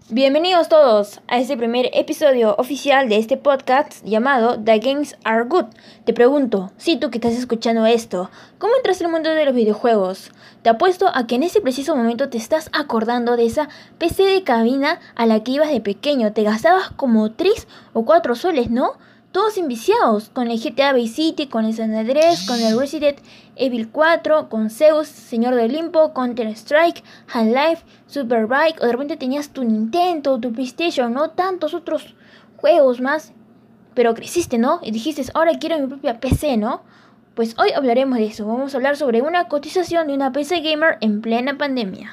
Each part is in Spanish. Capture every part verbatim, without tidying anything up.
Bienvenidos todos a este primer episodio oficial de este podcast llamado The Games Are Good. Te pregunto, si tú que estás escuchando esto, ¿cómo entraste al mundo de los videojuegos? Te apuesto a que en ese preciso momento te estás acordando de esa P C de cabina a la que ibas de pequeño. Te gastabas como tres o cuatro soles, ¿no? Todos enviciados, con el G T A Vice City, con el San Andreas, con el Resident Evil cuatro, con Zeus, Señor del Olimpo, Counter Strike, Half-Life, Superbike, o de repente tenías tu Nintendo, tu PlayStation, ¿no? Tantos otros juegos más, pero creciste, ¿no? Y dijiste, ahora quiero mi propia P C, ¿no? Pues hoy hablaremos de eso, vamos a hablar sobre una cotización de una P C gamer en plena pandemia.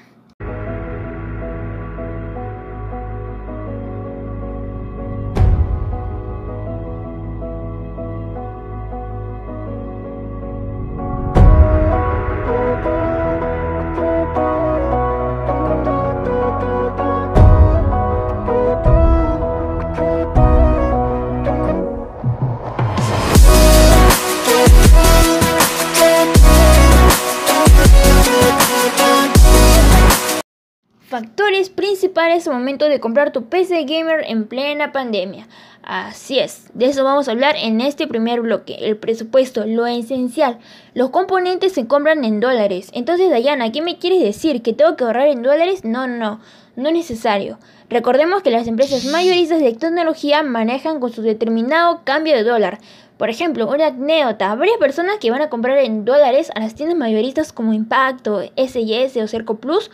Factores principales al momento de comprar tu P C gamer en plena pandemia. Así es, de eso vamos a hablar en este primer bloque. El presupuesto, lo esencial. Los componentes se compran en dólares. Entonces, Dayana, ¿qué me quieres decir? ¿Que tengo que ahorrar en dólares? No, no, no, no es necesario. Recordemos que las empresas mayoristas de tecnología manejan con su determinado cambio de dólar. Por ejemplo, una anécdota, varias personas que van a comprar en dólares a las tiendas mayoristas como Impacto, S y S o Cerco Plus,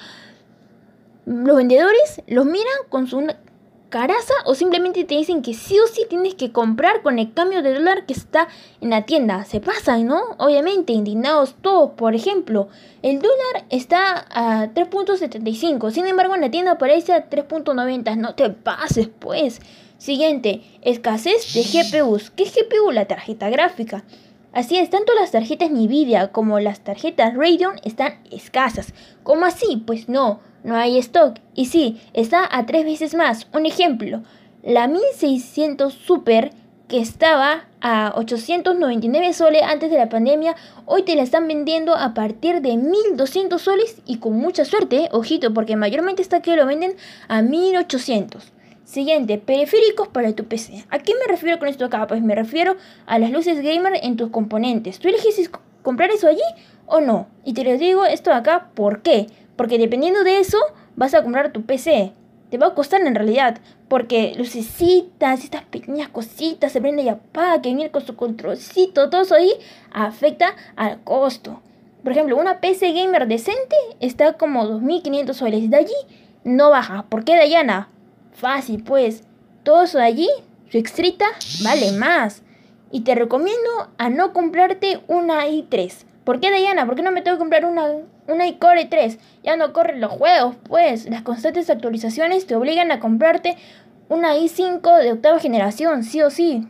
los vendedores los miran con su caraza o simplemente te dicen que sí o sí tienes que comprar con el cambio de dólar que está en la tienda. Se pasan, ¿no? Obviamente, indignados todos. Por ejemplo, el dólar está a tres punto setenta y cinco. Sin embargo, en la tienda aparece a tres punto noventa. No te pases, pues. Siguiente, escasez de G P Us. ¿Qué es G P U? La tarjeta gráfica. Así es, tanto las tarjetas Nvidia como las tarjetas Radeon están escasas. ¿Cómo así? Pues no. No hay stock. Y sí, está a tres veces más. Un ejemplo, la mil seiscientos Super, que estaba a ochocientos noventa y nueve soles antes de la pandemia, hoy te la están vendiendo a partir de mil doscientos soles y con mucha suerte, ojito, porque mayormente está que lo venden a mil ochocientos. Siguiente, periféricos para tu P C. ¿A qué me refiero con esto acá? Pues me refiero a las luces gamer en tus componentes. ¿Tú eliges comprar eso allí o no? Y te lo digo esto acá, ¿por qué? Porque dependiendo de eso, vas a comprar tu P C. Te va a costar en realidad. Porque lucecitas, estas pequeñas cositas, se prende y apaga, que viene con su controlcito, todo eso ahí, afecta al costo. Por ejemplo, una P C gamer decente está como dos mil quinientos soles. De allí no baja. ¿Por qué, Dayana? Fácil, pues. Todo eso de allí, su extrita, vale más. Y te recomiendo a no comprarte una i tres. ¿Por qué, Dayana? ¿Por qué no me tengo que comprar una, una iCore tres? Ya no corren los juegos, pues. Las constantes actualizaciones te obligan a comprarte una i cinco de octava generación, sí o sí.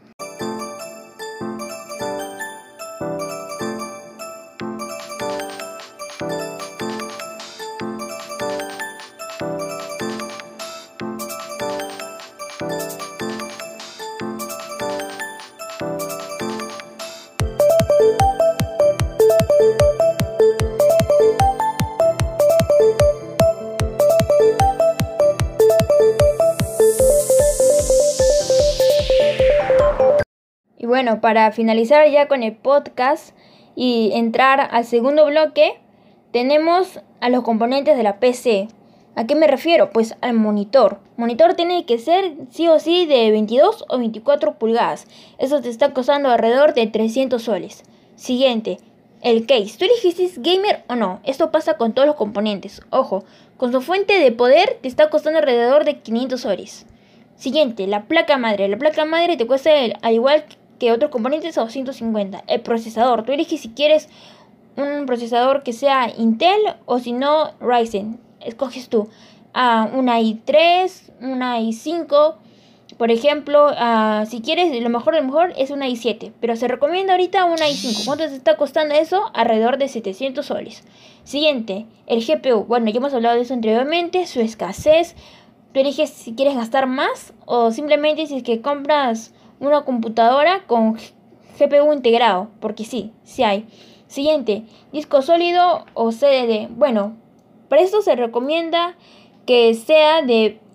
Y bueno, para finalizar ya con el podcast y entrar al segundo bloque, tenemos a los componentes de la P C. ¿A qué me refiero? Pues al monitor. Monitor tiene que ser sí o sí de veintidós o veinticuatro pulgadas. Eso te está costando alrededor de trescientos soles. Siguiente, el case. ¿Tú elegiste gamer o no? Esto pasa con todos los componentes. Ojo, con su fuente de poder te está costando alrededor de quinientos soles. Siguiente, la placa madre. La placa madre te cuesta el, al igual que que otros componentes a doscientos cincuenta. El procesador, tú eliges si quieres un procesador que sea Intel o si no Ryzen, escoges tú a uh, una i tres, una i cinco, por ejemplo, uh, si quieres lo mejor de lo mejor es una i siete, pero se recomienda ahorita una i cinco. ¿Cuánto te está costando eso? Alrededor de setecientos soles. Siguiente, el G P U. Bueno, ya hemos hablado de eso anteriormente, su escasez. Tú eliges si quieres gastar más o simplemente si es que compras una computadora con G P U integrado, porque sí, sí hay. Siguiente, disco sólido o C D D. Bueno, para esto se recomienda que sea de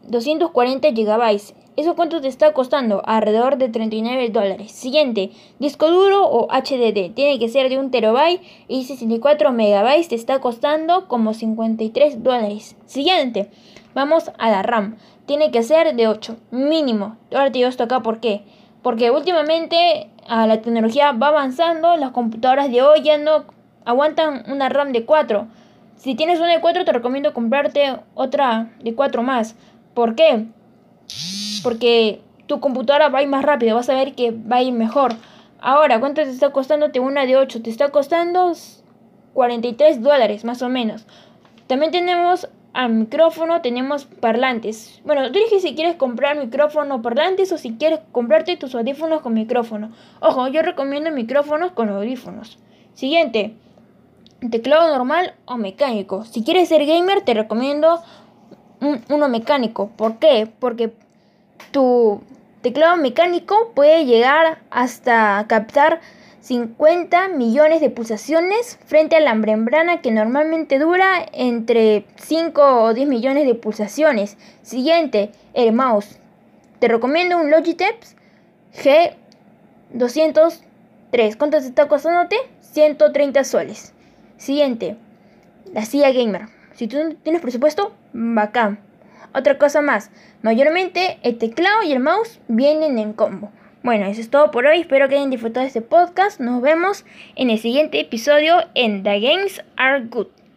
doscientos cuarenta gigabytes. ¿Eso cuánto te está costando? Alrededor de treinta y nueve dólares. Siguiente, disco duro o H D D. Tiene que ser de un terabyte y sesenta y cuatro megabytes. Te está costando como cincuenta y tres dólares. Siguiente, vamos a la RAM. Tiene que ser de ocho, mínimo. Ahora te digo esto acá, ¿por qué? Porque últimamente a la tecnología va avanzando. Las computadoras de hoy ya no aguantan una RAM de cuatro. Si tienes una de cuatro, te recomiendo comprarte otra de cuatro más. ¿Por qué? Porque tu computadora va a ir más rápido, vas a ver que va a ir mejor. Ahora, ¿cuánto te está costándote una de ocho? Te está costando cuarenta y tres dólares, más o menos. También tenemos al micrófono, tenemos parlantes. Bueno, tú eliges si quieres comprar micrófono o parlantes o si quieres comprarte tus audífonos con micrófono. Ojo, yo recomiendo micrófonos con audífonos. Siguiente, teclado normal o mecánico. Si quieres ser gamer, te recomiendo un, uno mecánico. ¿Por qué? Porque tu teclado mecánico puede llegar hasta captar cincuenta millones de pulsaciones frente a la membrana que normalmente dura entre cinco o diez millones de pulsaciones. Siguiente, el mouse. Te recomiendo un Logitech G doscientos tres. ¿Cuánto te está costándote? ciento treinta soles. Siguiente, la silla gamer. Si tú no tienes presupuesto, bacán. Otra cosa más, mayormente el teclado y el mouse vienen en combo. Bueno, eso es todo por hoy, espero que hayan disfrutado de este podcast. Nos vemos en el siguiente episodio en The Games Are Good.